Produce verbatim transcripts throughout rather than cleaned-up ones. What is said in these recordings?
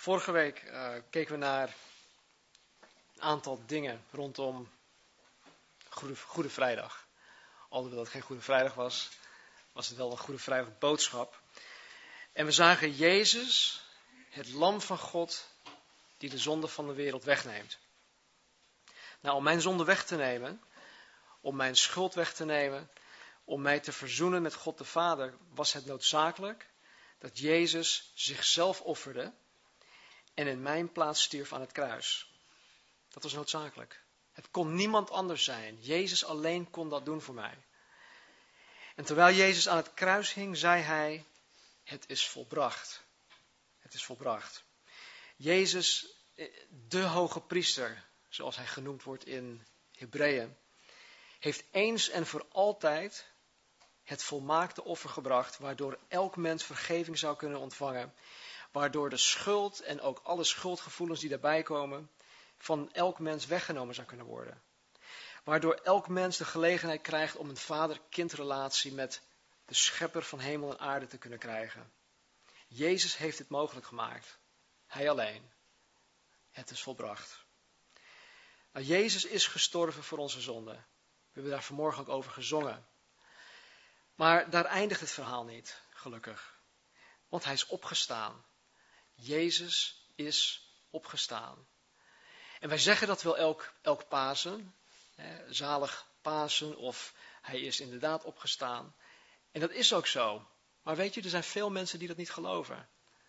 Vorige week uh, keken we naar een aantal dingen rondom Goede, Goede Vrijdag. Alhoewel het geen Goede Vrijdag was, was het wel een Goede Vrijdag boodschap. En we zagen Jezus, het lam van God, die de zonde van de wereld wegneemt. Nou, om mijn zonde weg te nemen, om mijn schuld weg te nemen, om mij te verzoenen met God de Vader, was het noodzakelijk dat Jezus zichzelf offerde en in mijn plaats stierf aan het kruis. Dat was noodzakelijk. Het kon niemand anders zijn. Jezus alleen kon dat doen voor mij. En terwijl Jezus aan het kruis hing, zei hij, het is volbracht. Het is volbracht. Jezus, de hoge priester, zoals hij genoemd wordt in Hebreeën, heeft eens en voor altijd het volmaakte offer gebracht, waardoor elk mens vergeving zou kunnen ontvangen, waardoor de schuld en ook alle schuldgevoelens die daarbij komen, van elk mens weggenomen zou kunnen worden. Waardoor elk mens de gelegenheid krijgt om een vader-kindrelatie met de schepper van hemel en aarde te kunnen krijgen. Jezus heeft dit mogelijk gemaakt. Hij alleen. Het is volbracht. Nou, Jezus is gestorven voor onze zonden. We hebben daar vanmorgen ook over gezongen. Maar daar eindigt het verhaal niet, gelukkig. Want hij is opgestaan. Jezus is opgestaan. En wij zeggen dat wel elk, elk Pasen. Hè, zalig Pasen, of hij is inderdaad opgestaan. En dat is ook zo. Maar weet je, er zijn veel mensen die dat niet geloven.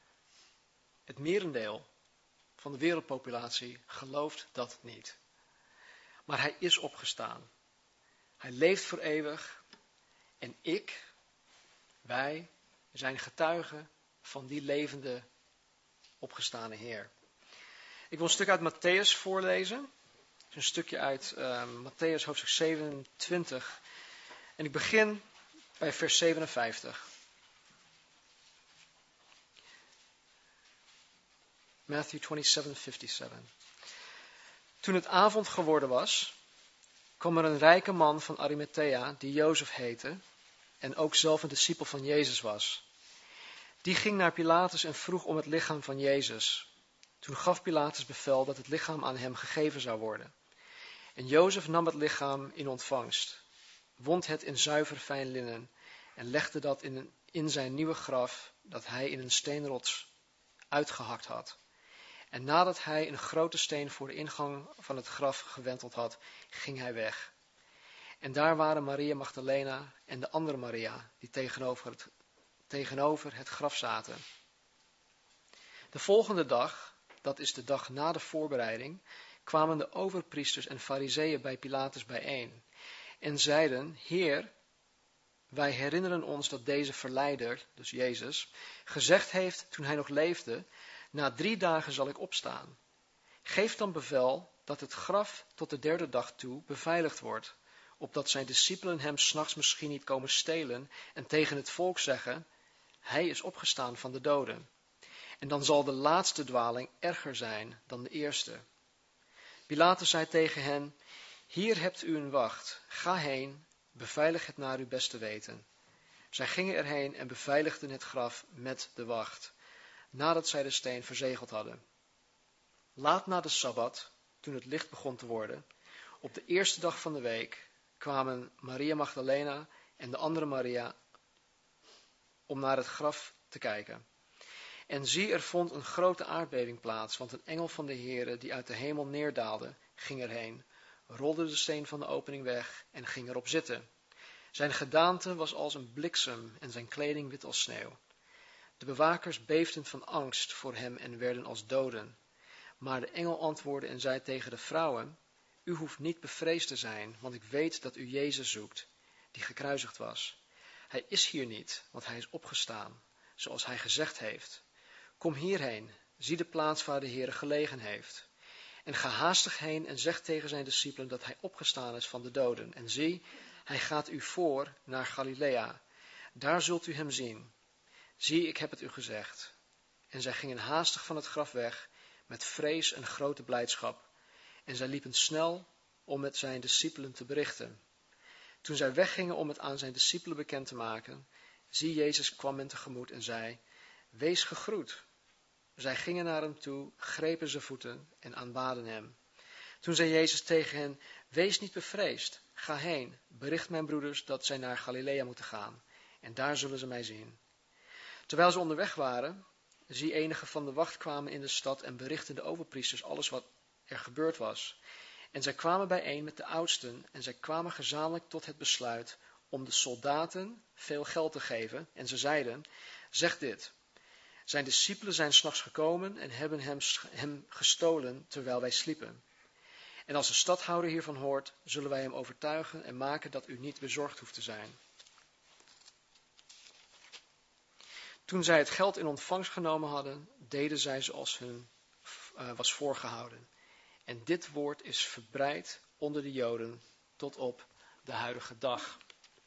Het merendeel van de wereldpopulatie gelooft dat niet. Maar hij is opgestaan. Hij leeft voor eeuwig. En ik, wij, zijn getuigen van die levende, opgestane Heer. Ik wil een stuk uit Matthäus voorlezen. Een stukje uit uh, Matthäus hoofdstuk zevenentwintig. En ik begin bij vers zevenenvijftig. Matthew twenty-seven fifty-seven. Toen het avond geworden was, kwam er een rijke man van Arimathea, die Jozef heette, en ook zelf een discipel van Jezus was. Die ging naar Pilatus en vroeg om het lichaam van Jezus. Toen gaf Pilatus bevel dat het lichaam aan hem gegeven zou worden. En Jozef nam het lichaam in ontvangst, wond het in zuiver fijn linnen en legde dat in, een, in zijn nieuwe graf dat hij in een steenrots uitgehakt had. En nadat hij een grote steen voor de ingang van het graf gewenteld had, ging hij weg. En daar waren Maria Magdalena en de andere Maria, die tegenover het, tegenover het graf zaten. De volgende dag, dat is de dag na de voorbereiding, kwamen de overpriesters en fariseeën bij Pilatus bijeen. En zeiden, Heer, wij herinneren ons dat deze verleider, dus Jezus, gezegd heeft toen hij nog leefde, na drie dagen zal ik opstaan. Geef dan bevel dat het graf tot de derde dag toe beveiligd wordt, opdat zijn discipelen hem 's nachts misschien niet komen stelen en tegen het volk zeggen, hij is opgestaan van de doden. En dan zal de laatste dwaling erger zijn dan de eerste. Pilatus zei tegen hen, hier hebt u een wacht, ga heen, beveilig het naar uw beste weten. Zij gingen erheen en beveiligden het graf met de wacht, nadat zij de steen verzegeld hadden. Laat na de Sabbat, toen het licht begon te worden, op de eerste dag van de week, kwamen Maria Magdalena en de andere Maria om naar het graf te kijken. En zie, er vond een grote aardbeving plaats, want een engel van de Heere, die uit de hemel neerdaalde, ging erheen, rolde de steen van de opening weg en ging erop zitten. Zijn gedaante was als een bliksem en zijn kleding wit als sneeuw. De bewakers beefden van angst voor hem en werden als doden. Maar de engel antwoordde en zei tegen de vrouwen, u hoeft niet bevreesd te zijn, want ik weet dat u Jezus zoekt, die gekruisigd was. Hij is hier niet, want hij is opgestaan, zoals hij gezegd heeft. Kom hierheen, zie de plaats waar de Heere gelegen heeft. En ga haastig heen en zeg tegen zijn discipelen dat hij opgestaan is van de doden. En zie, hij gaat u voor naar Galilea. Daar zult u hem zien. Zie, ik heb het u gezegd. En zij gingen haastig van het graf weg, met vrees en grote blijdschap. En zij liepen snel om het zijn discipelen te berichten. Toen zij weggingen om het aan zijn discipelen bekend te maken, zie, Jezus kwam hen tegemoet en zei, wees gegroet. Zij gingen naar hem toe, grepen zijn voeten en aanbaden hem. Toen zei Jezus tegen hen, wees niet bevreesd, ga heen, bericht mijn broeders dat zij naar Galilea moeten gaan, en daar zullen ze mij zien. Terwijl ze onderweg waren, zie enige van de wacht kwamen in de stad en berichtten de overpriesters alles wat er gebeurd was. En zij kwamen bijeen met de oudsten en zij kwamen gezamenlijk tot het besluit om de soldaten veel geld te geven. En ze zeiden, zeg dit, zijn discipelen zijn 's nachts gekomen en hebben hem, hem gestolen terwijl wij sliepen. En als de stadhouder hiervan hoort, zullen wij hem overtuigen en maken dat u niet bezorgd hoeft te zijn. Toen zij het geld in ontvangst genomen hadden, deden zij zoals hun uh, was voorgehouden. En dit woord is verbreid onder de Joden tot op de huidige dag.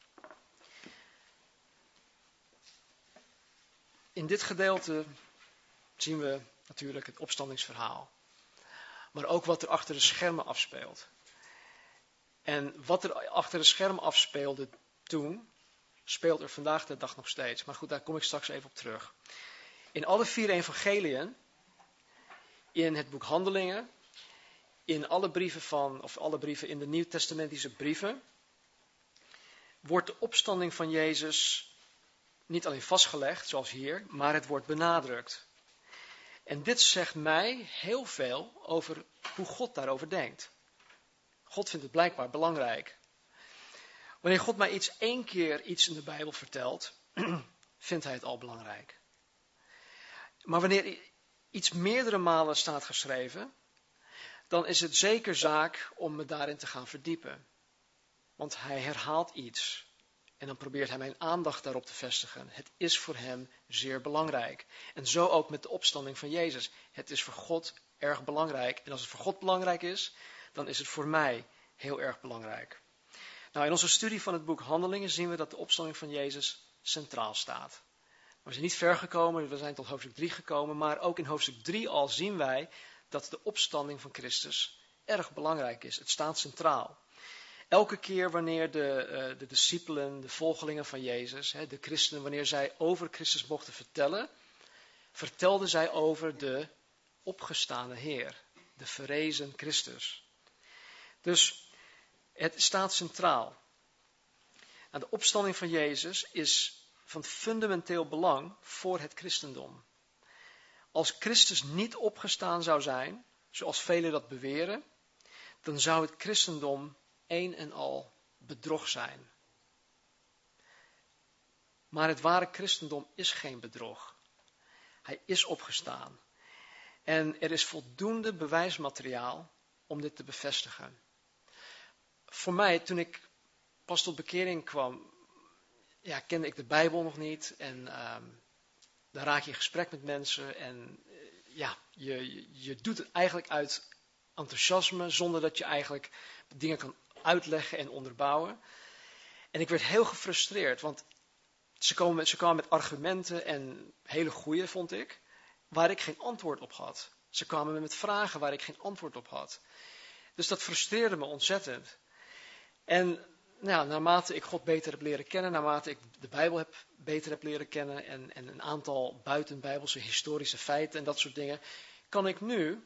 In dit gedeelte zien we natuurlijk het opstandingsverhaal. Maar ook wat er achter de schermen afspeelt. En wat er achter de schermen afspeelde toen, speelt er vandaag de dag nog steeds. Maar goed, daar kom ik straks even op terug. In alle vier evangeliën, in het boek Handelingen, in alle brieven van, of alle brieven in de Nieuwtestamentische brieven, wordt de opstanding van Jezus niet alleen vastgelegd, zoals hier, maar het wordt benadrukt. En dit zegt mij heel veel over hoe God daarover denkt. God vindt het blijkbaar belangrijk. Wanneer God mij iets één keer iets in de Bijbel vertelt, vindt hij het al belangrijk. Maar wanneer iets meerdere malen staat geschreven, dan is het zeker zaak om me daarin te gaan verdiepen. Want hij herhaalt iets. En dan probeert hij mijn aandacht daarop te vestigen. Het is voor hem zeer belangrijk. En zo ook met de opstanding van Jezus. Het is voor God erg belangrijk. En als het voor God belangrijk is, dan is het voor mij heel erg belangrijk. Nou, in onze studie van het boek Handelingen zien we dat de opstanding van Jezus centraal staat. We zijn niet ver gekomen, we zijn tot hoofdstuk drie gekomen. Maar ook in hoofdstuk drie al zien wij dat de opstanding van Christus erg belangrijk is. Het staat centraal. Elke keer wanneer de, uh, de discipelen, de volgelingen van Jezus, hè, de christenen, wanneer zij over Christus mochten vertellen, vertelden zij over de opgestane Heer, de verrezen Christus. Dus het staat centraal. Nou, de opstanding van Jezus is van fundamenteel belang voor het christendom. Als Christus niet opgestaan zou zijn, zoals velen dat beweren, dan zou het christendom een en al bedrog zijn. Maar het ware christendom is geen bedrog. Hij is opgestaan. En er is voldoende bewijsmateriaal om dit te bevestigen. Voor mij, toen ik pas tot bekering kwam, ja, kende ik de Bijbel nog niet. En um, dan raak je in gesprek met mensen. En uh, ja, je, je, je doet het eigenlijk uit enthousiasme, zonder dat je eigenlijk dingen kan uitleggen en onderbouwen. En ik werd heel gefrustreerd, want ze kwamen met, ze kwamen met argumenten en hele goeie, vond ik, waar ik geen antwoord op had. Ze kwamen met vragen waar ik geen antwoord op had. Dus dat frustreerde me ontzettend. En nou, naarmate ik God beter heb leren kennen, naarmate ik de Bijbel heb, beter heb leren kennen en, en een aantal buitenbijbelse historische feiten en dat soort dingen, kan ik nu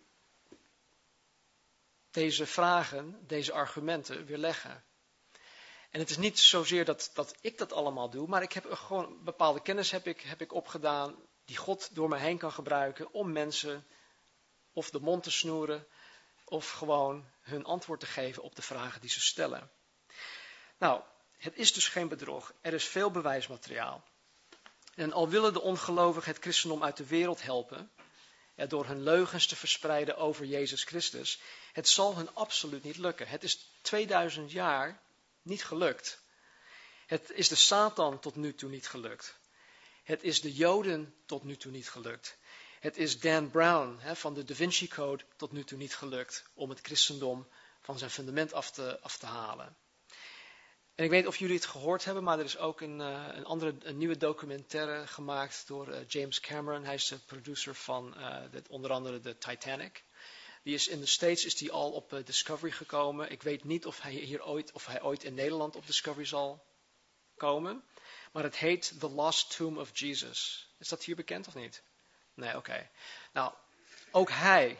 deze vragen, deze argumenten weerleggen. En het is niet zozeer dat, dat ik dat allemaal doe, maar ik heb gewoon bepaalde kennis heb ik, heb ik opgedaan die God door mij heen kan gebruiken om mensen of de mond te snoeren of gewoon hun antwoord te geven op de vragen die ze stellen. Nou, het is dus geen bedrog. Er is veel bewijsmateriaal. En al willen de ongelovigen het christendom uit de wereld helpen, ja, door hun leugens te verspreiden over Jezus Christus, het zal hun absoluut niet lukken. Het is tweeduizend jaar niet gelukt. Het is de Satan tot nu toe niet gelukt. Het is de Joden tot nu toe niet gelukt. Het is Dan Brown hè, van de Da Vinci Code tot nu toe niet gelukt om het christendom van zijn fundament af te, af te halen. En ik weet niet of jullie het gehoord hebben, maar er is ook een, uh, een andere een nieuwe documentaire gemaakt door uh, James Cameron. Hij is de producer van uh, de, onder andere de Titanic. Die is in de States is die al op uh, Discovery gekomen. Ik weet niet of hij hier ooit, of hij ooit in Nederland op Discovery zal komen. Maar het heet The Lost Tomb of Jesus. Is dat hier bekend of niet? Nee, oké. Okay. Nou, ook hij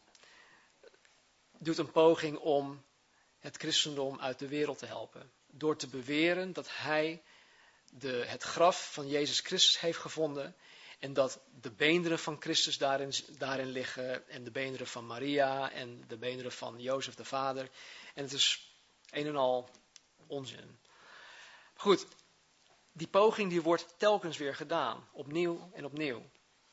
doet een poging om het christendom uit de wereld te helpen. Door te beweren dat hij de, het graf van Jezus Christus heeft gevonden. En dat de beenderen van Christus daarin, daarin liggen. En de beenderen van Maria. En de beenderen van Jozef de vader. En het is een en al onzin. Goed, die poging die wordt telkens weer gedaan. Opnieuw en opnieuw.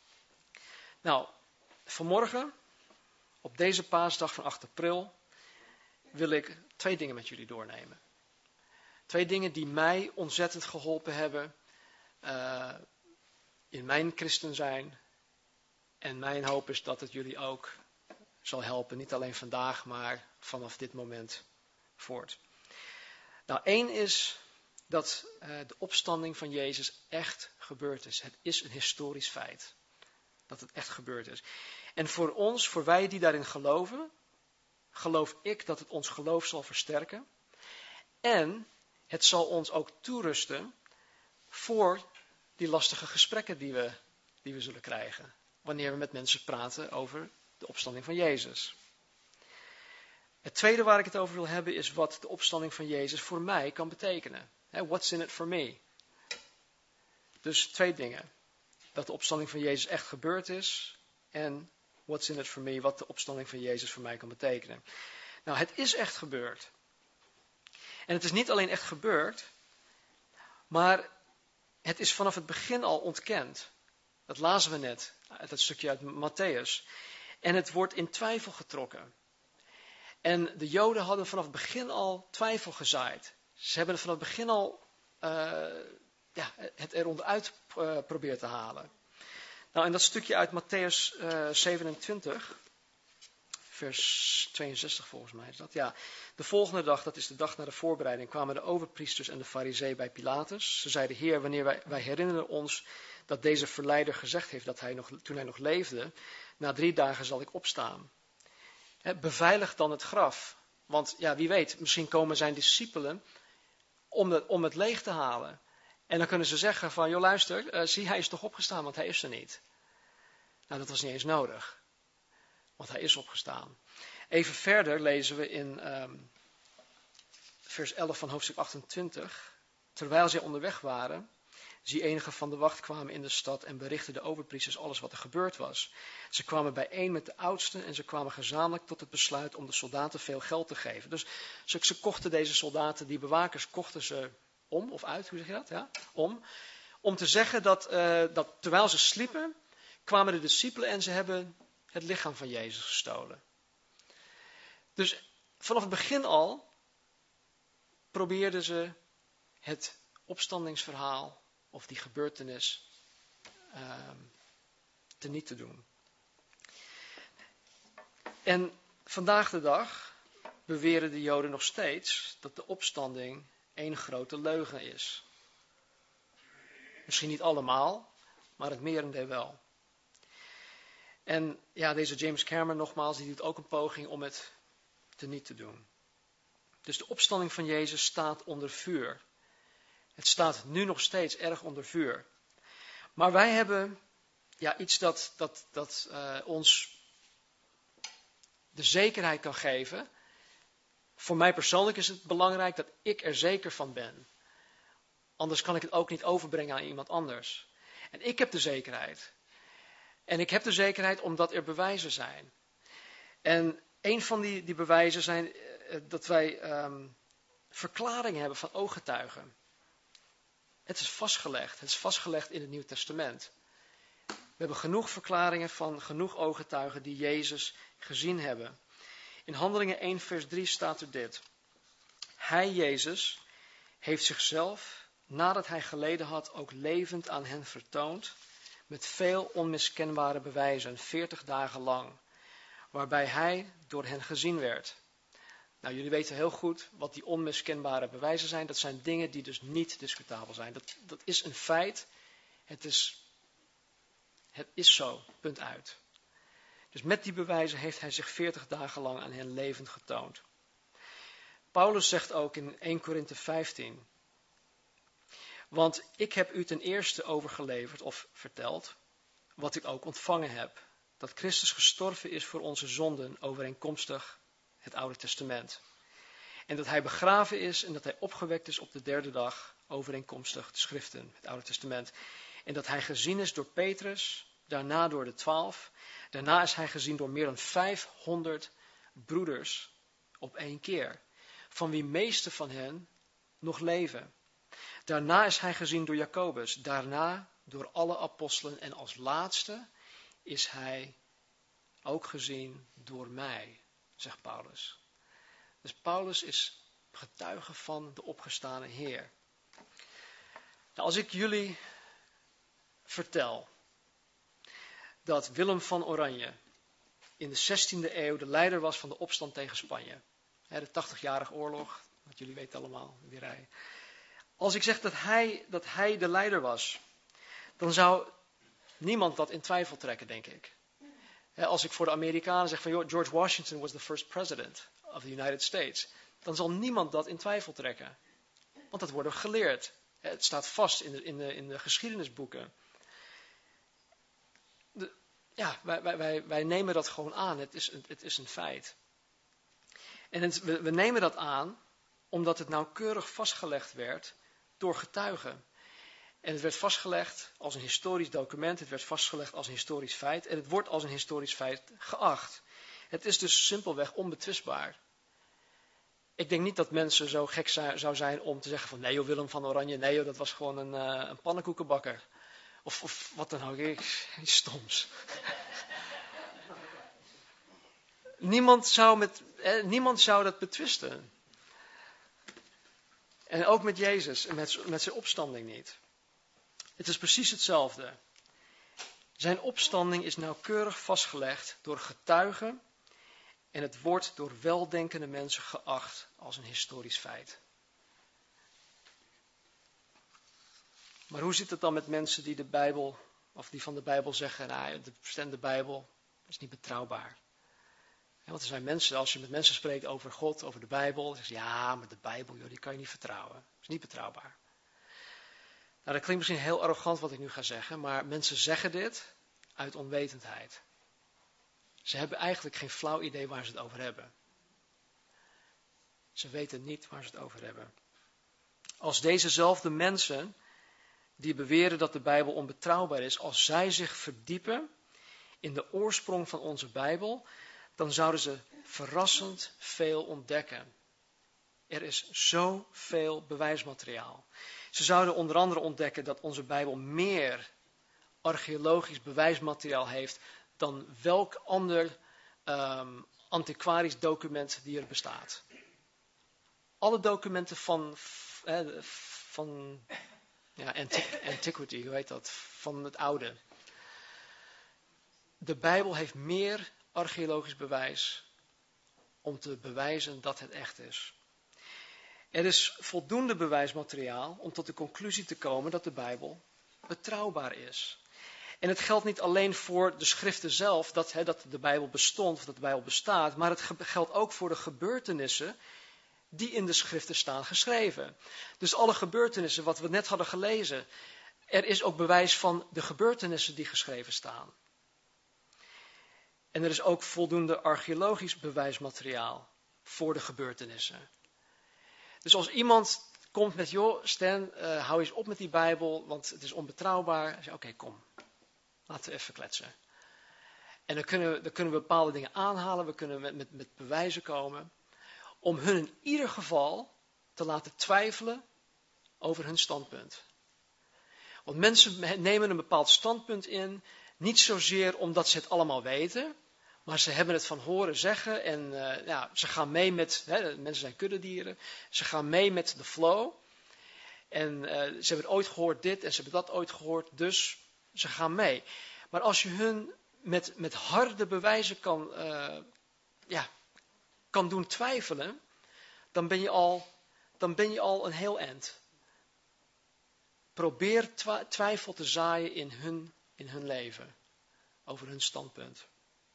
Nou, vanmorgen, op deze paasdag van acht april, wil ik twee dingen met jullie doornemen. Twee dingen die mij ontzettend geholpen hebben uh, in mijn christen zijn. En mijn hoop is dat het jullie ook zal helpen. Niet alleen vandaag, maar vanaf dit moment voort. Nou, één is dat uh, de opstanding van Jezus echt gebeurd is. Het is een historisch feit. Dat het echt gebeurd is. En voor ons, voor wij die daarin geloven, geloof ik dat het ons geloof zal versterken. En het zal ons ook toerusten voor die lastige gesprekken die we, die we zullen krijgen. Wanneer we met mensen praten over de opstanding van Jezus. Het tweede waar ik het over wil hebben is wat de opstanding van Jezus voor mij kan betekenen. What's in it for me? Dus twee dingen. Dat de opstanding van Jezus echt gebeurd is. En what's in it for me? Wat de opstanding van Jezus voor mij kan betekenen. Nou, het is echt gebeurd. En het is niet alleen echt gebeurd. Maar het is vanaf het begin al ontkend. Dat lazen we net. Uit dat stukje uit Matthäus. En het wordt in twijfel getrokken. En de Joden hadden vanaf het begin al twijfel gezaaid. Ze hebben vanaf het begin al uh, ja, het er onderuit uh, proberen te halen. Nou, in dat stukje uit Matthäus uh, zevenentwintig, vers tweeënzestig volgens mij is dat. Ja, de volgende dag, dat is de dag na de voorbereiding, kwamen de overpriesters en de farizeeën bij Pilatus. Ze zeiden, Heer, wanneer wij, wij herinneren ons dat deze verleider gezegd heeft dat hij nog, toen hij nog leefde, na drie dagen zal ik opstaan. He, beveilig dan het graf. Want ja, wie weet, misschien komen zijn discipelen om, de, om het leeg te halen. En dan kunnen ze zeggen van, joh luister, uh, zie hij is toch opgestaan, want hij is er niet. Nou, dat was niet eens nodig. Want hij is opgestaan. Even verder lezen we in um, vers elf van hoofdstuk achtentwintig. Terwijl zij onderweg waren, zie enigen van de wacht kwamen in de stad en berichtten de overpriesters alles wat er gebeurd was. Ze kwamen bijeen met de oudsten en ze kwamen gezamenlijk tot het besluit om de soldaten veel geld te geven. Dus ze, ze kochten deze soldaten, die bewakers, kochten ze om, of uit, hoe zeg je dat? Ja, om. Om te zeggen dat, uh, dat terwijl ze sliepen, kwamen de discipelen en ze hebben het lichaam van Jezus gestolen. Dus vanaf het begin al probeerden ze het opstandingsverhaal of die gebeurtenis uh, teniet te doen. En vandaag de dag beweren de Joden nog steeds dat de opstanding één grote leugen is. Misschien niet allemaal, maar het merendeel wel. En ja, deze James Cameron nogmaals, die doet ook een poging om het teniet te doen. Dus de opstanding van Jezus staat onder vuur. Het staat nu nog steeds erg onder vuur. Maar wij hebben ja, iets dat, dat, dat uh, ons de zekerheid kan geven. Voor mij persoonlijk is het belangrijk dat ik er zeker van ben. Anders kan ik het ook niet overbrengen aan iemand anders. En ik heb de zekerheid. En ik heb de zekerheid omdat er bewijzen zijn. En een van die, die bewijzen zijn uh, dat wij um, verklaringen hebben van ooggetuigen. Het is vastgelegd. Het is vastgelegd in het Nieuw Testament. We hebben genoeg verklaringen van genoeg ooggetuigen die Jezus gezien hebben. In Handelingen één vers drie staat er dit. Hij, Jezus, heeft zichzelf, nadat hij geleden had, ook levend aan hen vertoond, met veel onmiskenbare bewijzen, veertig dagen lang, waarbij hij door hen gezien werd. Nou, jullie weten heel goed wat die onmiskenbare bewijzen zijn. Dat zijn dingen die dus niet discutabel zijn. Dat, dat is een feit. Het is, het is zo, punt uit. Dus met die bewijzen heeft hij zich veertig dagen lang aan hen levend getoond. Paulus zegt ook in eerste Korinthe vijftien. Want ik heb u ten eerste overgeleverd of verteld wat ik ook ontvangen heb. Dat Christus gestorven is voor onze zonden overeenkomstig het Oude Testament. En dat hij begraven is en dat hij opgewekt is op de derde dag overeenkomstig de schriften, het Oude Testament. En dat hij gezien is door Petrus, daarna door de twaalf. Daarna is hij gezien door meer dan vijfhonderd broeders op één keer. Van wie meeste van hen nog leven. Daarna is hij gezien door Jacobus. Daarna door alle apostelen. En als laatste is hij ook gezien door mij, zegt Paulus. Dus Paulus is getuige van de opgestane Heer. Nou, als ik jullie vertel dat Willem van Oranje in de zestiende eeuw de leider was van de opstand tegen Spanje. De tachtigjarige oorlog, wat jullie weten allemaal, die rij. Als ik zeg dat hij, dat hij de leider was, dan zou niemand dat in twijfel trekken, denk ik. Als ik voor de Amerikanen zeg van joh, George Washington was the first president of the United States, dan zal niemand dat in twijfel trekken. Want dat wordt geleerd. Het staat vast in de, in de, in de geschiedenisboeken. De, ja, wij, wij, wij nemen dat gewoon aan. Het is, het is een feit. En het, we, we nemen dat aan omdat het nauwkeurig vastgelegd werd door getuigen. En het werd vastgelegd als een historisch document. Het werd vastgelegd als een historisch feit. En het wordt als een historisch feit geacht. Het is dus simpelweg onbetwistbaar. Ik denk niet dat mensen zo gek zou zijn om te zeggen van nee joh, Willem van Oranje, nee joh, dat was gewoon een, uh, een pannenkoekenbakker. Of, of wat dan ook, iets stoms. niemand, zou met, eh, niemand zou dat betwisten. En ook met Jezus en met, met zijn opstanding niet. Het is precies hetzelfde. Zijn opstanding is nauwkeurig vastgelegd door getuigen. En het wordt door weldenkende mensen geacht als een historisch feit. Maar hoe zit het dan met mensen die de Bijbel, of die van de Bijbel zeggen, nou, de, de Bijbel is niet betrouwbaar. Ja, want er zijn mensen, als je met mensen spreekt over God, over de Bijbel, dan zeggen ze, ja, maar de Bijbel, joh, die kan je niet vertrouwen. Dat is niet betrouwbaar. Nou, dat klinkt misschien heel arrogant wat ik nu ga zeggen, maar mensen zeggen dit uit onwetendheid. Ze hebben eigenlijk geen flauw idee waar ze het over hebben. Ze weten niet waar ze het over hebben. Als dezezelfde mensen die beweren dat de Bijbel onbetrouwbaar is, als zij zich verdiepen in de oorsprong van onze Bijbel, dan zouden ze verrassend veel ontdekken. Er is zoveel bewijsmateriaal. Ze zouden onder andere ontdekken dat onze Bijbel meer archeologisch bewijsmateriaal heeft dan welk ander um, antiquarisch document die er bestaat. Alle documenten van, eh, van ja, antiquity, hoe heet dat? Van het oude. De Bijbel heeft meer archeologisch bewijs om te bewijzen dat het echt is. Er is voldoende bewijsmateriaal om tot de conclusie te komen dat de Bijbel betrouwbaar is. En het geldt niet alleen voor de schriften zelf, dat, hè, dat de Bijbel bestond of dat de Bijbel bestaat, maar het geldt ook voor de gebeurtenissen die in de schriften staan geschreven. Dus alle gebeurtenissen wat we net hadden gelezen, er is ook bewijs van de gebeurtenissen die geschreven staan. En er is ook voldoende archeologisch bewijsmateriaal voor de gebeurtenissen. Dus als iemand komt met, joh Stan, uh, hou eens op met die Bijbel, want het is onbetrouwbaar. Oké, okay, kom. Laten we even kletsen. En dan kunnen, we, dan kunnen we bepaalde dingen aanhalen, we kunnen met, met, met bewijzen komen, om hun in ieder geval te laten twijfelen over hun standpunt. Want mensen nemen een bepaald standpunt in, niet zozeer omdat ze het allemaal weten, maar ze hebben het van horen zeggen en uh, ja, ze gaan mee met, hè, mensen zijn kuddedieren, ze gaan mee met de flow. En uh, ze hebben het ooit gehoord dit en ze hebben dat ooit gehoord, dus ze gaan mee. Maar als je hun met, met harde bewijzen kan, uh, ja, kan doen twijfelen, dan ben je al, dan ben je al een heel eind. Probeer twa- twijfel te zaaien in hun, in hun leven, over hun standpunt.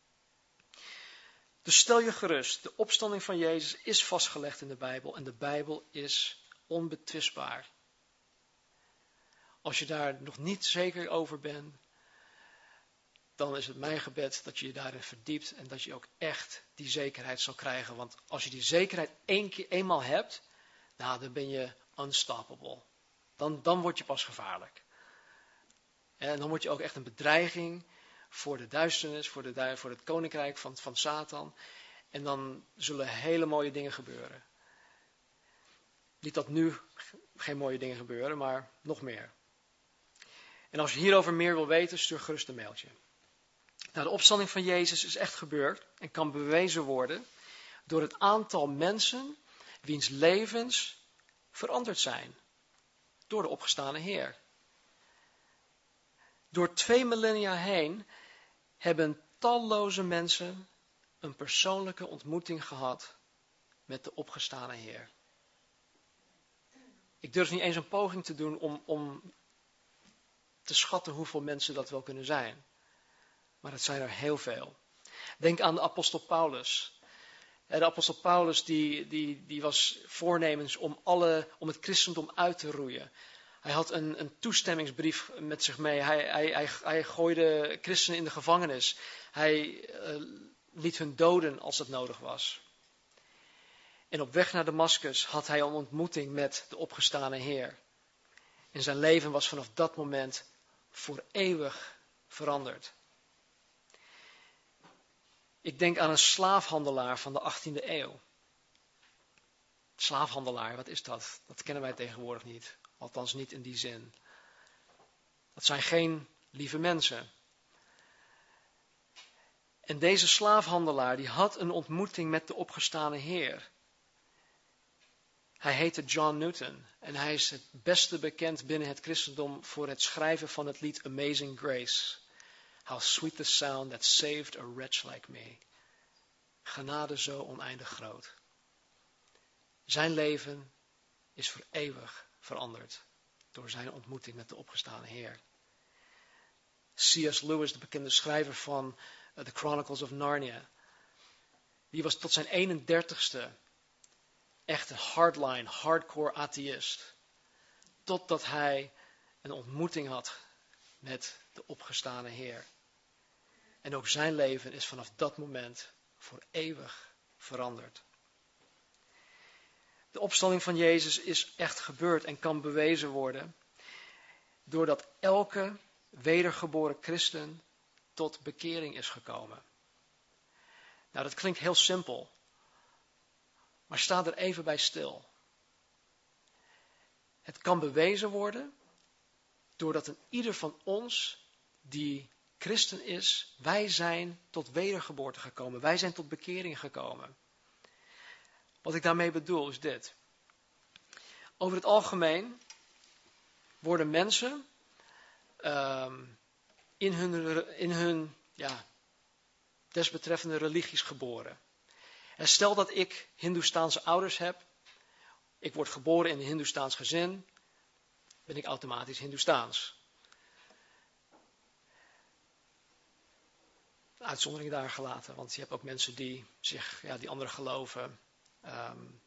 Dus stel je gerust, de opstanding van Jezus is vastgelegd in de Bijbel en de Bijbel is onbetwistbaar. Als je daar nog niet zeker over bent, dan is het mijn gebed dat je je daarin verdiept en dat je ook echt die zekerheid zal krijgen. Want als je die zekerheid één keer, eenmaal hebt, nou, dan ben je unstoppable. Dan, dan word je pas gevaarlijk. En dan word je ook echt een bedreiging voor de duisternis, voor, de, voor het koninkrijk van, van Satan. En dan zullen hele mooie dingen gebeuren. Niet dat nu geen mooie dingen gebeuren, maar nog meer. En als je hierover meer wil weten, stuur gerust een mailtje. Nou, de opstanding van Jezus is echt gebeurd en kan bewezen worden door het aantal mensen wiens levens veranderd zijn door de opgestane Heer. Door twee millennia heen hebben talloze mensen een persoonlijke ontmoeting gehad met de opgestane Heer. Ik durf niet eens een poging te doen om, om te schatten hoeveel mensen dat wel kunnen zijn. Maar het zijn er heel veel. Denk aan de apostel Paulus. De apostel Paulus die, die, die was voornemens om, alle, om het christendom uit te roeien. Hij had een, een toestemmingsbrief met zich mee. Hij, hij, hij, hij gooide christenen in de gevangenis. Hij uh, liet hun doden als het nodig was. En op weg naar Damascus had hij een ontmoeting met de opgestane Heer. En zijn leven was vanaf dat moment voor eeuwig veranderd. Ik denk aan een slaafhandelaar van de achttiende eeuw. Slaafhandelaar, wat is dat? Dat kennen wij tegenwoordig niet. Althans niet in die zin. Dat zijn geen lieve mensen. En deze slaafhandelaar die had een ontmoeting met de opgestane Heer. Hij heette John Newton en hij is het beste bekend binnen het christendom voor het schrijven van het lied Amazing Grace. How sweet the sound that saved a wretch like me. Genade zo oneindig groot. Zijn leven is voor eeuwig veranderd door zijn ontmoeting met de opgestane Heer. C S Lewis, de bekende schrijver van uh, The Chronicles of Narnia, die was tot zijn eenendertigste echt een hardline, hardcore atheïst. Totdat hij een ontmoeting had met de opgestane Heer. En ook zijn leven is vanaf dat moment voor eeuwig veranderd. De opstanding van Jezus is echt gebeurd en kan bewezen worden doordat elke wedergeboren christen tot bekering is gekomen. Nou, dat klinkt heel simpel, maar sta er even bij stil. Het kan bewezen worden doordat een ieder van ons die christen is, wij zijn tot wedergeboorte gekomen. Wij zijn tot bekering gekomen. Wat ik daarmee bedoel is dit. Over het algemeen worden mensen um, in hun, in hun ja, desbetreffende religies geboren. En stel dat ik Hindoestaanse ouders heb. Ik word geboren in een Hindoestaans gezin. Ben ik automatisch Hindoestaans. Uitzondering daar gelaten, want je hebt ook mensen die zich, ja, die andere geloven um,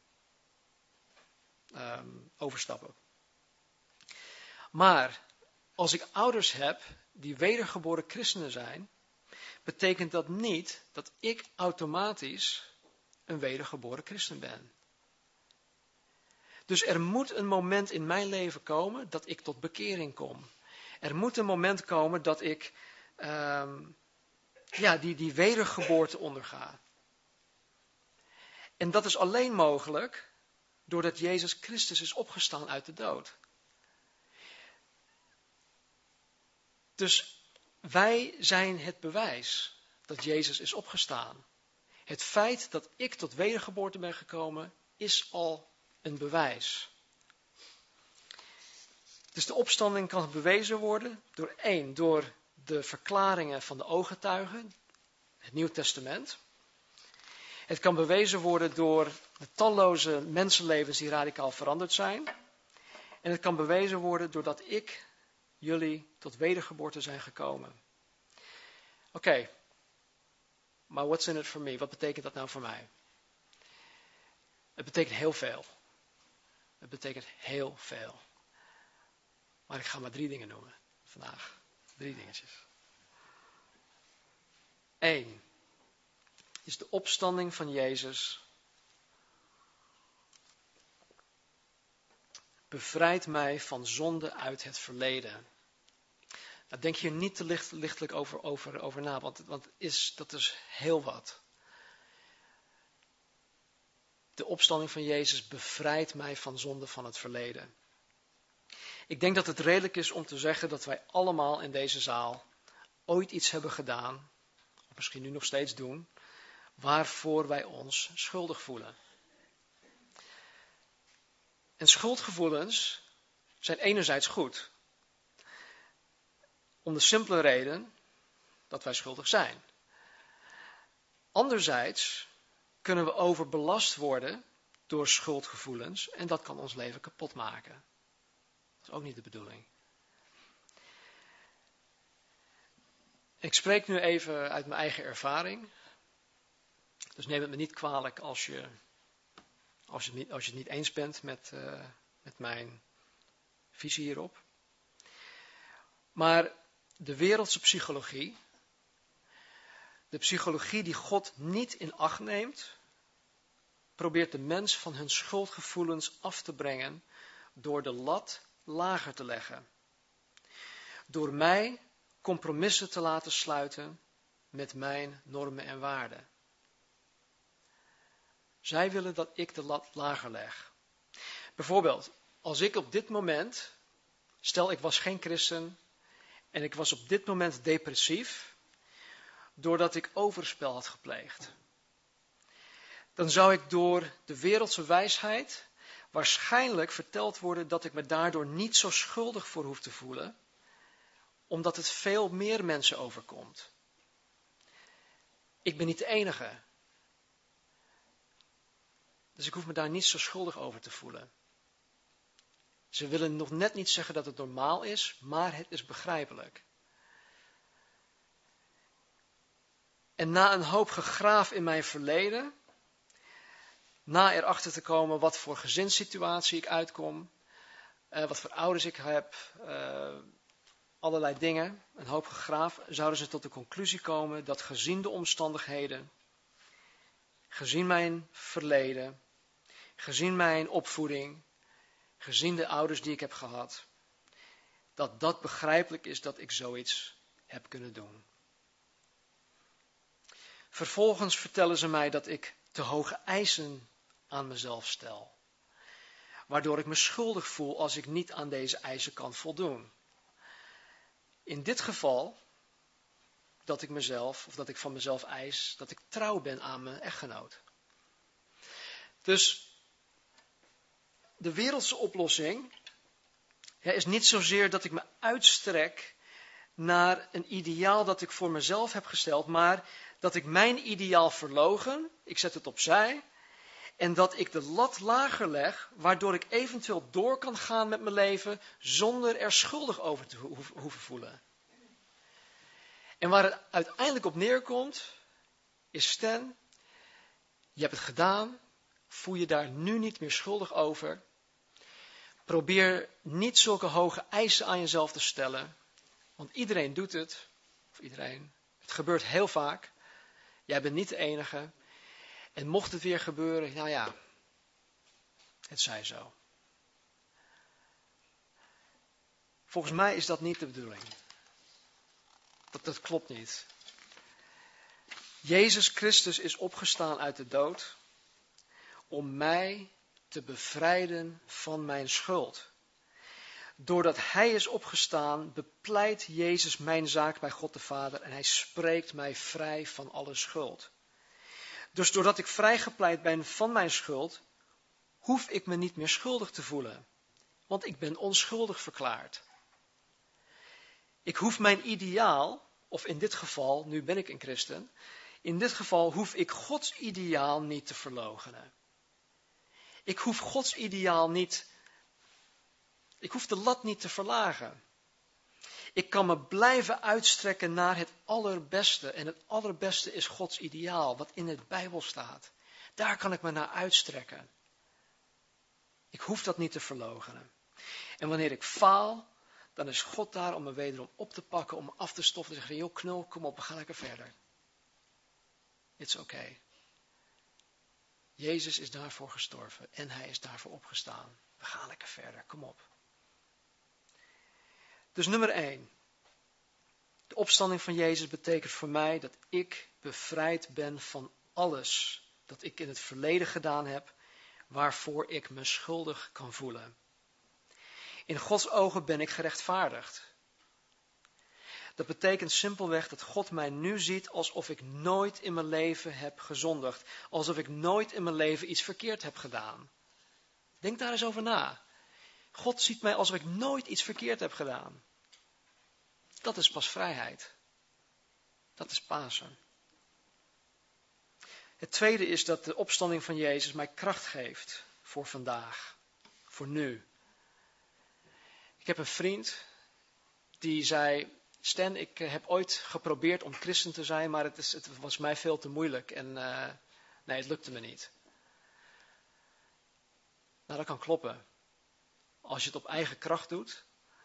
um, overstappen. Maar als ik ouders heb die wedergeboren christenen zijn, betekent dat niet dat ik automatisch een wedergeboren christen ben. Dus er moet een moment in mijn leven komen dat ik tot bekering kom. Er moet een moment komen dat ik um, ja, die, die wedergeboorte onderga. En dat is alleen mogelijk doordat Jezus Christus is opgestaan uit de dood. Dus wij zijn het bewijs dat Jezus is opgestaan. Het feit dat ik tot wedergeboorte ben gekomen is al een bewijs. Dus de opstanding kan bewezen worden door één, door de verklaringen van de ooggetuigen, het Nieuw Testament. Het kan bewezen worden door de talloze mensenlevens die radicaal veranderd zijn. En het kan bewezen worden doordat ik, jullie, tot wedergeboorte zijn gekomen. Oké, okay. Maar what's in it for me? Wat betekent dat nou voor mij? Het betekent heel veel. Het betekent heel veel. Maar ik ga maar drie dingen noemen vandaag. Drie dingetjes. één is de opstanding van Jezus. Bevrijdt mij van zonde uit het verleden. Nou, denk hier niet te licht, lichtelijk over, over, over na, want, want is, dat is heel wat. De opstanding van Jezus bevrijdt mij van zonde van het verleden. Ik denk dat het redelijk is om te zeggen dat wij allemaal in deze zaal ooit iets hebben gedaan, of misschien nu nog steeds doen, waarvoor wij ons schuldig voelen. En schuldgevoelens zijn enerzijds goed. Om de simpele reden dat wij schuldig zijn. Anderzijds kunnen we overbelast worden door schuldgevoelens en dat kan ons leven kapot maken. Dat is ook niet de bedoeling. Ik spreek nu even uit mijn eigen ervaring. Dus neem het me niet kwalijk als je, als je, niet, als je het niet eens bent met, uh, met mijn visie hierop. Maar de wereldse psychologie, de psychologie die God niet in acht neemt, probeert de mens van hun schuldgevoelens af te brengen door de lat lager te leggen. Door mij compromissen te laten sluiten met mijn normen en waarden. Zij willen dat ik de lat lager leg. Bijvoorbeeld, als ik op dit moment, stel ik was geen christen en ik was op dit moment depressief, doordat ik overspel had gepleegd. Dan zou ik door de wereldse wijsheid waarschijnlijk verteld worden dat ik me daardoor niet zo schuldig voor hoef te voelen, omdat het veel meer mensen overkomt. Ik ben niet de enige. Dus ik hoef me daar niet zo schuldig over te voelen. Ze willen nog net niet zeggen dat het normaal is, maar het is begrijpelijk. En na een hoop gegraaf in mijn verleden, na erachter te komen wat voor gezinssituatie ik uitkom, uh, wat voor ouders ik heb, uh, allerlei dingen, een hoop gegraaf, zouden ze tot de conclusie komen dat gezien de omstandigheden, gezien mijn verleden, gezien mijn opvoeding, gezien de ouders die ik heb gehad, dat dat begrijpelijk is dat ik zoiets heb kunnen doen. Vervolgens vertellen ze mij dat ik te hoge eisen aan mezelf stel, waardoor ik me schuldig voel als ik niet aan deze eisen kan voldoen. In dit geval, dat ik mezelf, of dat ik van mezelf eis, dat ik trouw ben aan mijn echtgenoot. Dus de wereldse oplossing ja, is niet zozeer dat ik me uitstrek naar een ideaal dat ik voor mezelf heb gesteld, maar dat ik mijn ideaal verloochen, ik zet het opzij, en dat ik de lat lager leg, waardoor ik eventueel door kan gaan met mijn leven zonder er schuldig over te ho- hoeven voelen. En waar het uiteindelijk op neerkomt, is Stan, je hebt het gedaan, voel je daar nu niet meer schuldig over. Probeer niet zulke hoge eisen aan jezelf te stellen, want iedereen doet het, of iedereen, het gebeurt heel vaak. Jij bent niet de enige. En mocht het weer gebeuren, nou ja, het zij zo. Volgens mij is dat niet de bedoeling. Dat, dat klopt niet. Jezus Christus is opgestaan uit de dood om mij te bevrijden van mijn schuld. Doordat hij is opgestaan, bepleit Jezus mijn zaak bij God de Vader en hij spreekt mij vrij van alle schuld. Dus doordat ik vrijgepleit ben van mijn schuld, hoef ik me niet meer schuldig te voelen. Want ik ben onschuldig verklaard. Ik hoef mijn ideaal, of in dit geval, nu ben ik een christen, in dit geval hoef ik Gods ideaal niet te verloochenen. Ik hoef Gods ideaal niet, ik hoef de lat niet te verlagen. Ik kan me blijven uitstrekken naar het allerbeste. En het allerbeste is Gods ideaal, wat in de Bijbel staat. Daar kan ik me naar uitstrekken. Ik hoef dat niet te verloochenen. En wanneer ik faal, dan is God daar om me wederom op te pakken, om me af te stoffen en te zeggen, joh knul, kom op, we gaan lekker verder. It's okay. Jezus is daarvoor gestorven en hij is daarvoor opgestaan. We gaan lekker verder, kom op. Dus nummer één. De opstanding van Jezus betekent voor mij dat ik bevrijd ben van alles dat ik in het verleden gedaan heb, waarvoor ik me schuldig kan voelen. In Gods ogen ben ik gerechtvaardigd. Dat betekent simpelweg dat God mij nu ziet alsof ik nooit in mijn leven heb gezondigd. Alsof ik nooit in mijn leven iets verkeerd heb gedaan. Denk daar eens over na. God ziet mij alsof ik nooit iets verkeerd heb gedaan. Dat is pas vrijheid. Dat is Pasen. Het tweede is dat de opstanding van Jezus mij kracht geeft voor vandaag. Voor nu. Ik heb een vriend die zei: Stan, ik heb ooit geprobeerd om christen te zijn, maar het, is, het was mij veel te moeilijk en uh, nee, het lukte me niet. Nou, dat kan kloppen. Als je het op eigen kracht doet,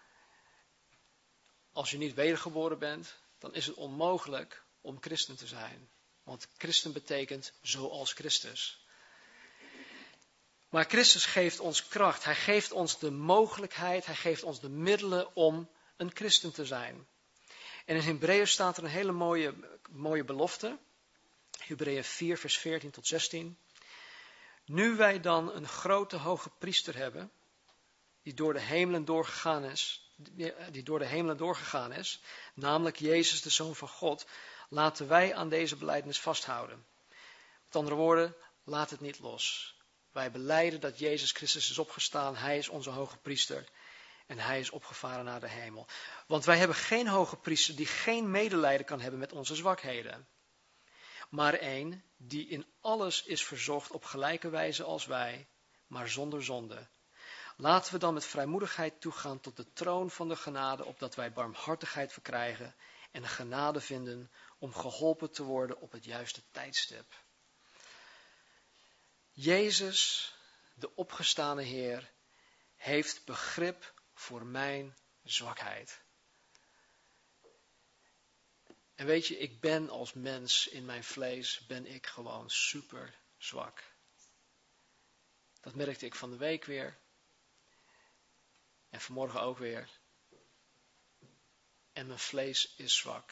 als je niet wedergeboren bent, dan is het onmogelijk om christen te zijn. Want christen betekent zoals Christus. Maar Christus geeft ons kracht. Hij geeft ons de mogelijkheid, hij geeft ons de middelen om een christen te zijn. En in Hebreeën staat er een hele mooie, mooie belofte. Hebreeën vier, vers veertien tot zestien. Nu wij dan een grote hoge priester hebben, die door de hemelen doorgegaan is, die door de hemelen doorgegaan is, namelijk Jezus, de Zoon van God, laten wij aan deze belijdenis vasthouden. Met andere woorden, laat het niet los. Wij belijden dat Jezus Christus is opgestaan, hij is onze hoge priester. En hij is opgevaren naar de hemel. Want wij hebben geen hoge priester die geen medelijden kan hebben met onze zwakheden. Maar één die in alles is verzocht op gelijke wijze als wij, maar zonder zonde. Laten we dan met vrijmoedigheid toegaan tot de troon van de genade, opdat wij barmhartigheid verkrijgen en de genade vinden om geholpen te worden op het juiste tijdstip. Jezus, de opgestane Heer, heeft begrip voor mijn zwakheid. En weet je, ik ben als mens in mijn vlees, ben ik gewoon super zwak. Dat merkte ik van de week weer. En vanmorgen ook weer. En mijn vlees is zwak.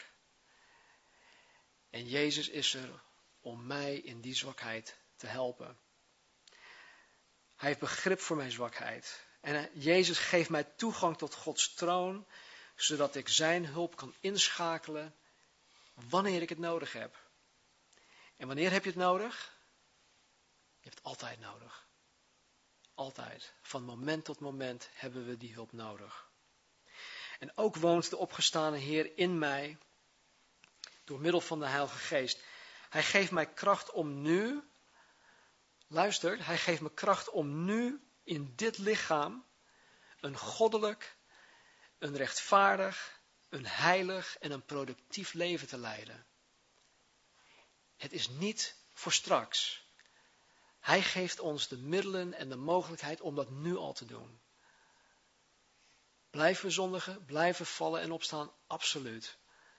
En Jezus is er om mij in die zwakheid te helpen. Hij heeft begrip voor mijn zwakheid. En Jezus geeft mij toegang tot Gods troon, zodat ik zijn hulp kan inschakelen wanneer ik het nodig heb. En wanneer heb je het nodig? Je hebt het altijd nodig. Altijd. Van moment tot moment hebben we die hulp nodig. En ook woont de opgestane Heer in mij door middel van de Heilige Geest. Hij geeft mij kracht om nu, luister, hij geeft me kracht om nu in dit lichaam een goddelijk, een rechtvaardig, een heilig en een productief leven te leiden. Het is niet voor straks. Hij geeft ons de middelen en de mogelijkheid om dat nu al te doen. Blijven we zondigen, blijven vallen en opstaan, absoluut.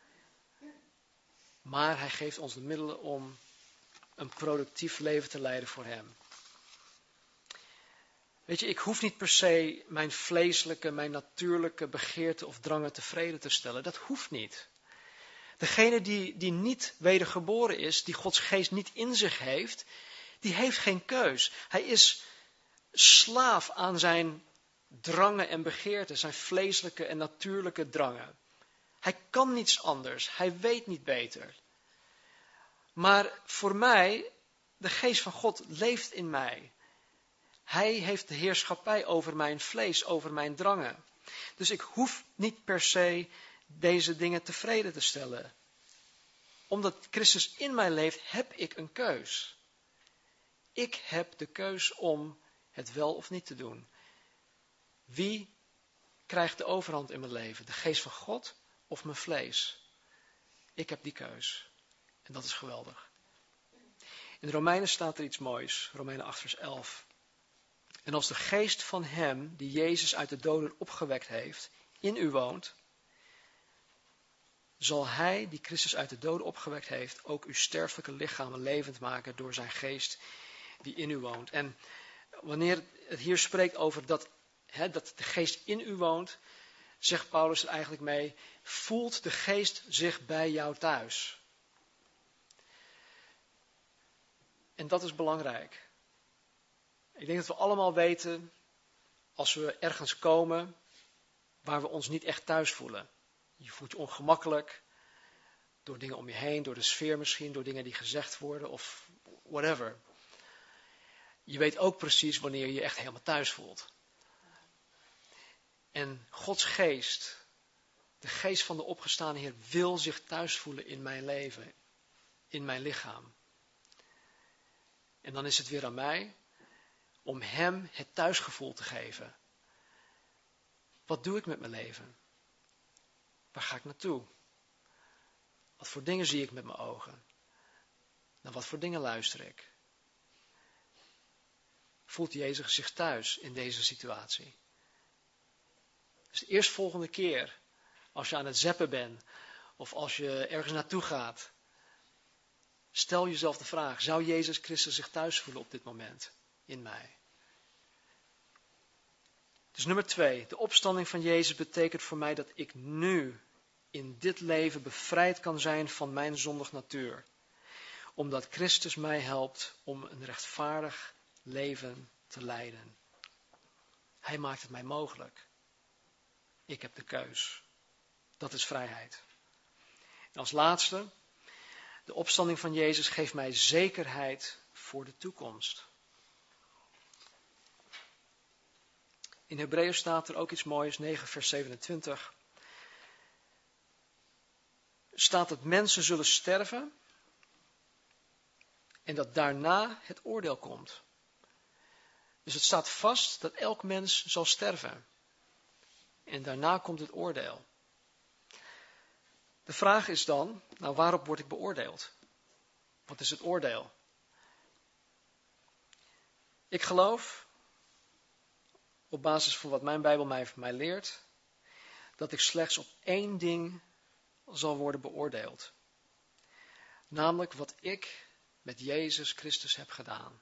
Maar hij geeft ons de middelen om een productief leven te leiden voor hem. Weet je, ik hoef niet per se mijn vleeselijke, mijn natuurlijke begeerten of drangen tevreden te stellen. Dat hoeft niet. Degene die, die niet wedergeboren is, die Gods geest niet in zich heeft, die heeft geen keus. Hij is slaaf aan zijn drangen en begeerten, zijn vleeselijke en natuurlijke drangen. Hij kan niets anders, hij weet niet beter. Maar voor mij, de geest van God leeft in mij. Hij heeft de heerschappij over mijn vlees, over mijn drangen. Dus ik hoef niet per se deze dingen tevreden te stellen. Omdat Christus in mij leeft, heb ik een keus. Ik heb de keus om het wel of niet te doen. Wie krijgt de overhand in mijn leven? De geest van God of mijn vlees? Ik heb die keus. En dat is geweldig. In de Romeinen staat er iets moois. Romeinen acht vers elf. En als de geest van hem, die Jezus uit de doden opgewekt heeft, in u woont, zal hij, die Christus uit de doden opgewekt heeft, ook uw sterfelijke lichamen levend maken door zijn geest die in u woont. En wanneer het hier spreekt over dat, hè, dat de geest in u woont, zegt Paulus er eigenlijk mee, voelt de geest zich bij jou thuis? En dat is belangrijk. Ik denk dat we allemaal weten, als we ergens komen waar we ons niet echt thuis voelen. Je voelt je ongemakkelijk door dingen om je heen, door de sfeer misschien, door dingen die gezegd worden of whatever. Je weet ook precies wanneer je je echt helemaal thuis voelt. En Gods geest, de geest van de opgestane Heer, wil zich thuis voelen in mijn leven, in mijn lichaam. En dan is het weer aan mij om hem het thuisgevoel te geven. Wat doe ik met mijn leven? Waar ga ik naartoe? Wat voor dingen zie ik met mijn ogen? Naar wat voor dingen luister ik? Voelt Jezus zich thuis in deze situatie? Dus de eerstvolgende keer, als je aan het zappen bent, of als je ergens naartoe gaat, stel jezelf de vraag, zou Jezus Christus zich thuis voelen op dit moment in mij? Dus nummer twee, de opstanding van Jezus betekent voor mij dat ik nu in dit leven bevrijd kan zijn van mijn zondig natuur. Omdat Christus mij helpt om een rechtvaardig leven te leiden. Hij maakt het mij mogelijk. Ik heb de keus. Dat is vrijheid. En als laatste, de opstanding van Jezus geeft mij zekerheid voor de toekomst. In Hebreeën staat er ook iets moois, negen vers zevenentwintig. Staat dat mensen zullen sterven en dat daarna het oordeel komt. Dus het staat vast dat elk mens zal sterven. En daarna komt het oordeel. De vraag is dan, nou waarop word ik beoordeeld? Wat is het oordeel? Ik geloof, op basis van wat mijn Bijbel mij, mij leert, dat ik slechts op één ding zal worden beoordeeld. Namelijk wat ik met Jezus Christus heb gedaan.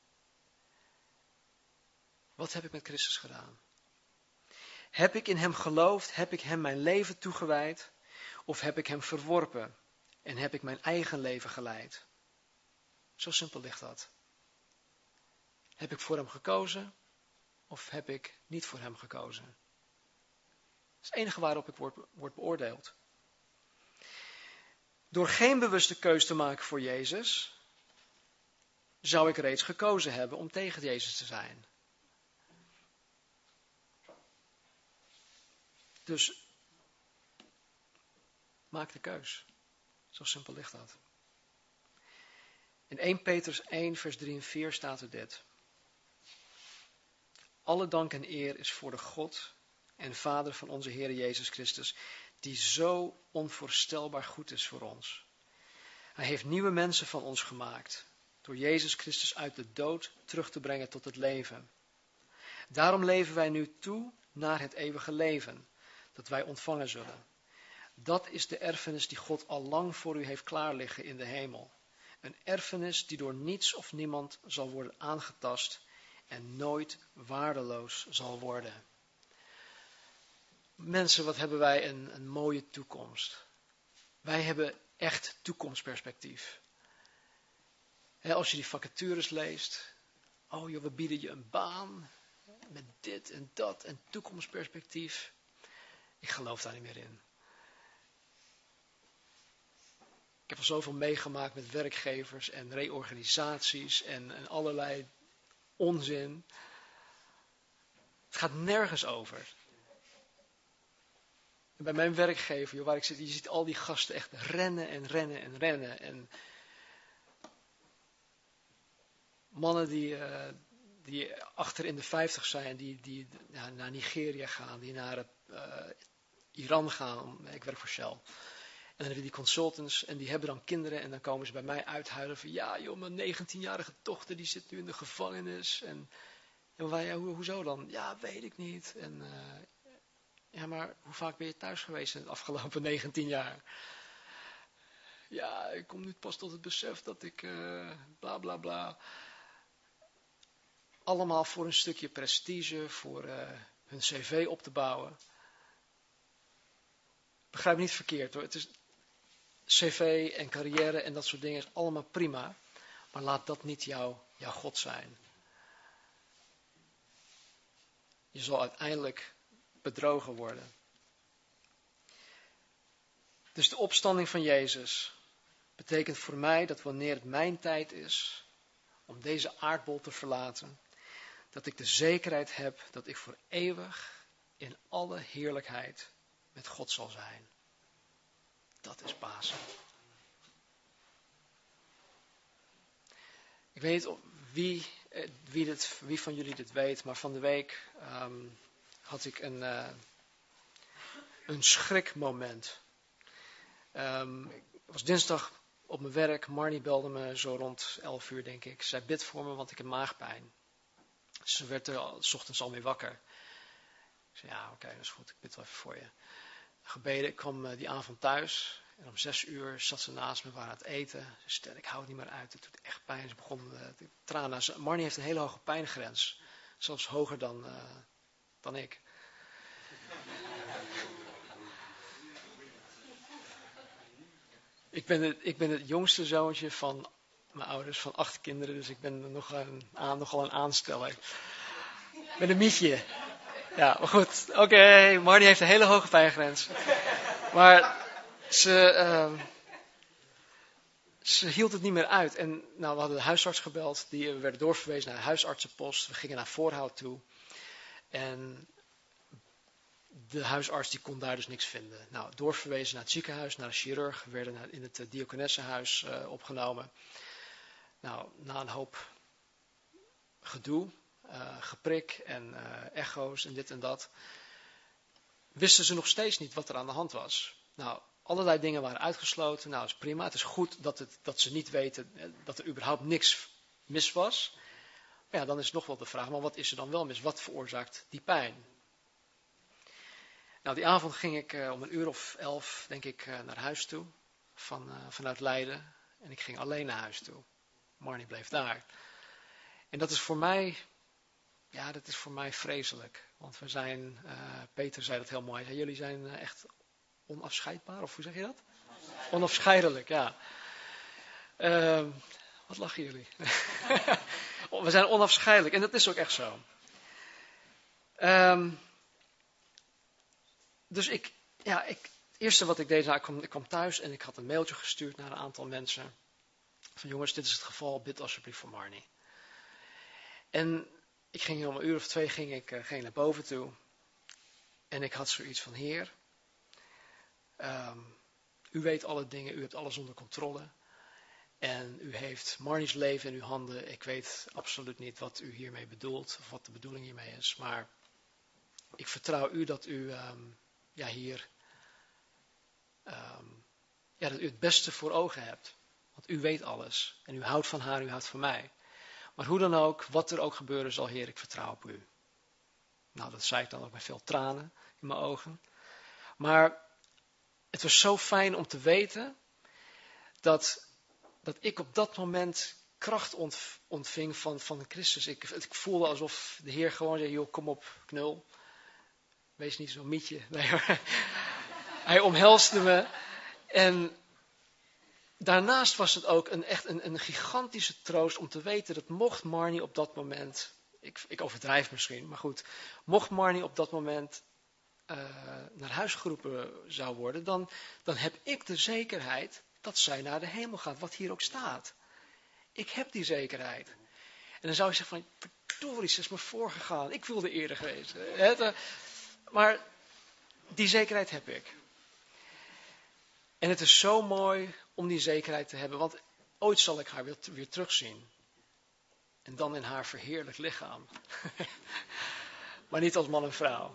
Wat heb ik met Christus gedaan? Heb ik in hem geloofd? Heb ik hem mijn leven toegewijd? Of heb ik hem verworpen en heb ik mijn eigen leven geleid? Zo simpel ligt dat. Heb ik voor hem gekozen of heb ik niet voor hem gekozen? Dat is het enige waarop ik word, word beoordeeld. Door geen bewuste keus te maken voor Jezus, zou ik reeds gekozen hebben om tegen Jezus te zijn. Dus maak de keus. Zo simpel ligt dat. In eerste Petrus één vers drie en vier staat er dit. Alle dank en eer is voor de God en Vader van onze Heer Jezus Christus, die zo onvoorstelbaar goed is voor ons. Hij heeft nieuwe mensen van ons gemaakt, door Jezus Christus uit de dood terug te brengen tot het leven. Daarom leven wij nu toe naar het eeuwige leven, dat wij ontvangen zullen. Dat is de erfenis die God al lang voor u heeft klaarliggen in de hemel. Een erfenis die door niets of niemand zal worden aangetast en nooit waardeloos zal worden. Mensen, wat hebben wij een, een mooie toekomst. Wij hebben echt toekomstperspectief. He, als je die vacatures leest. Oh joh, we bieden je een baan. Met dit en dat en toekomstperspectief. Ik geloof daar niet meer in. Ik heb al zoveel meegemaakt met werkgevers en reorganisaties en, en allerlei onzin. Het gaat nergens over. En bij mijn werkgever, joh, waar ik zit, je ziet al die gasten echt rennen en rennen en rennen. En mannen die, uh, die achter in de vijftig zijn, die, die ja, naar Nigeria gaan, die naar uh, Iran gaan. Ik werk voor Shell. En dan hebben die consultants en die hebben dan kinderen en dan komen ze bij mij uithuilen van ja joh, mijn negentienjarige dochter die zit nu in de gevangenis. En, en wij, ja, ho, hoezo dan? Ja, weet ik niet. En uh, Ja, maar hoe vaak ben je thuis geweest in de afgelopen negentien jaar? Ja, ik kom nu pas tot het besef dat ik uh, bla bla bla. Allemaal voor een stukje prestige, voor uh, hun cv op te bouwen. Begrijp me niet verkeerd hoor. Het is cv en carrière en dat soort dingen is allemaal prima. Maar laat dat niet jouw, jouw God zijn. Je zal uiteindelijk bedrogen worden. Dus de opstanding van Jezus betekent voor mij dat wanneer het mijn tijd is om deze aardbol te verlaten, dat ik de zekerheid heb dat ik voor eeuwig in alle heerlijkheid met God zal zijn. Dat is Pasen. Ik weet niet of wie, wie, dit, wie van jullie dit weet, maar van de week um, had ik een, uh, een schrikmoment. Um, ik was dinsdag op mijn werk, Marnie belde me zo rond elf uur denk ik. Zij bidt voor me, want ik heb maagpijn. Ze werd er al, 's ochtends al mee wakker. Ik zei, ja oké, okay, dat is goed, ik bid wel even voor je. Gebeden, ik kwam uh, die avond thuis. En om zes uur zat ze naast me, we waren aan het eten. Ze zei, ik hou het niet meer uit, het doet echt pijn. Ze begon uh, te tranen. Marnie heeft een hele hoge pijngrens. Zelfs hoger dan, uh, dan ik. Ik ben, het, ik ben het jongste zoontje van mijn ouders, van acht kinderen. Dus ik ben nog een, aan, nogal een aansteller. Ik ben een mietje. Ja, maar goed. Oké, okay, Marnie heeft een hele hoge pijngrens. Maar ze... Uh, Ze hield het niet meer uit. En nou, we hadden de huisarts gebeld. Die werden doorverwezen naar de huisartsenpost. We gingen naar Voorhout toe. En de huisarts die kon daar dus niks vinden. Nou, doorverwezen naar het ziekenhuis, naar de chirurg. We werden in het diakonessenhuis uh, opgenomen. Nou, na een hoop gedoe, uh, geprik en uh, echo's en dit en dat, wisten ze nog steeds niet wat er aan de hand was. Nou, allerlei dingen waren uitgesloten. Nou, dat is prima. Het is goed dat, het, dat ze niet weten dat er überhaupt niks mis was. Maar ja, dan is nog wel de vraag, maar wat is er dan wel mis? Wat veroorzaakt die pijn? Nou, die avond ging ik uh, om een uur of elf, denk ik, uh, naar huis toe. Van, uh, vanuit Leiden. En ik ging alleen naar huis toe. Marnie bleef daar. En dat is voor mij, ja, dat is voor mij vreselijk. Want we zijn, uh, Peter zei dat heel mooi. Hij zei, jullie zijn uh, echt onafscheidbaar, of hoe zeg je dat? Onafscheidelijk, ja. Uh, wat lachen jullie? We zijn onafscheidelijk en dat is ook echt zo. Um, dus ik, ja, ik, het eerste wat ik deed, nou, ik, kwam, ik kwam thuis en ik had een mailtje gestuurd naar een aantal mensen. Van jongens, dit is het geval, bid alsjeblieft voor Marnie. En ik ging om een uur of twee ging ik, uh, ging naar boven toe. En ik had zoiets van, Heer, um, u weet alle dingen, u hebt alles onder controle. En u heeft Marnie's leven in uw handen. Ik weet absoluut niet wat u hiermee bedoelt, of wat de bedoeling hiermee is. Maar ik vertrouw u dat u um, ja, hier um, ja, dat u het beste voor ogen hebt. Want u weet alles. En u houdt van haar, u houdt van mij. Maar hoe dan ook, wat er ook gebeuren zal, Heer, ik vertrouw op u. Nou, dat zei ik dan ook met veel tranen in mijn ogen. Maar het was zo fijn om te weten dat, dat ik op dat moment kracht ontving van, van Christus. Ik, ik voelde alsof de Heer gewoon zei, joh, kom op, knul. Wees niet zo'n mietje. Nee, hij omhelsde me. En daarnaast was het ook een, echt een, een gigantische troost om te weten dat mocht Marnie op dat moment, ik, ik overdrijf misschien, maar goed, mocht Marnie op dat moment uh, naar huis geroepen zou worden, dan, dan heb ik de zekerheid dat zij naar de hemel gaat, wat hier ook staat. Ik heb die zekerheid. En dan zou je zeggen van, verdorie, ze is me voorgegaan, ik wilde eerder geweest. Hè? Maar die zekerheid heb ik. En het is zo mooi om die zekerheid te hebben, want ooit zal ik haar weer, weer terugzien. En dan in haar verheerlijk lichaam. Maar niet als man en vrouw.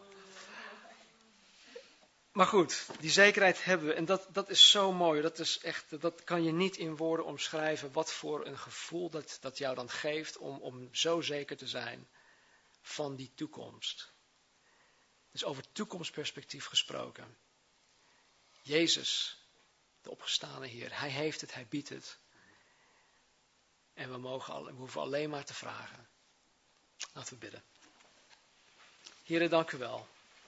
Maar goed, die zekerheid hebben we en dat, dat is zo mooi. Dat, is echt, dat kan je niet in woorden omschrijven wat voor een gevoel dat, dat jou dan geeft om, om zo zeker te zijn van die toekomst. Dus over toekomstperspectief gesproken. Jezus, de opgestane Heer, Hij heeft het, Hij biedt het. En we, mogen al, we hoeven alleen maar te vragen. Laten we bidden. Heere, dank u wel.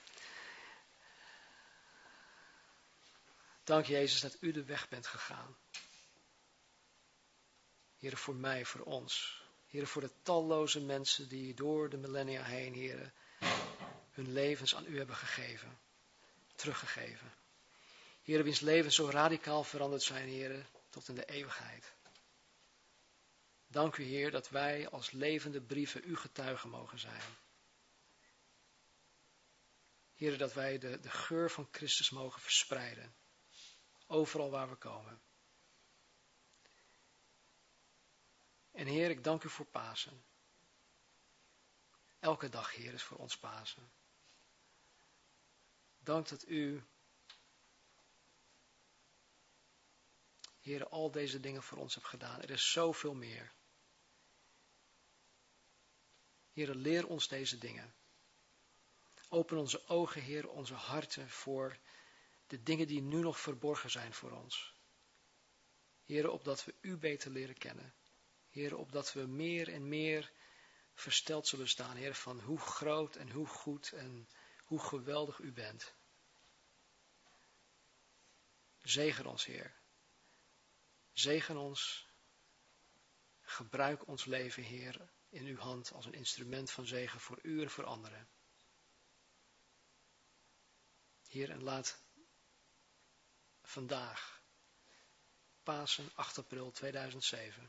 Dank Jezus dat u de weg bent gegaan. Heere, voor mij, voor ons. Heere, voor de talloze mensen die door de millennia heen, Heere, hun levens aan u hebben gegeven. Teruggegeven. Heere, wiens levens zo radicaal veranderd zijn, Heere, tot in de eeuwigheid. Dank u, Heer, dat wij als levende brieven uw getuigen mogen zijn. Heer, dat wij de, de geur van Christus mogen verspreiden. Overal waar we komen. En Heer, ik dank u voor Pasen. Elke dag, Heer, is voor ons Pasen. Dank dat u, Heer, al deze dingen voor ons hebt gedaan. Er is zoveel meer. Heer, leer ons deze dingen. Open onze ogen, Heer, onze harten voor de dingen die nu nog verborgen zijn voor ons. Heer, opdat we u beter leren kennen. Heer, opdat we meer en meer versteld zullen staan, Heer, van hoe groot en hoe goed en hoe geweldig u bent. Zegen ons, Heer. Zegen ons. Gebruik ons leven, Heer, in uw hand als een instrument van zegen voor u en voor anderen. Heer, en laat vandaag, Pasen acht april tweeduizend zeven,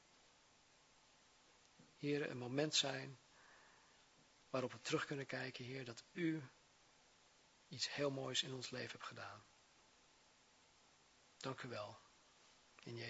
Heer, een moment zijn waarop we terug kunnen kijken, Heer, dat u iets heel moois in ons leven hebt gedaan. Dank u wel. In Jezus'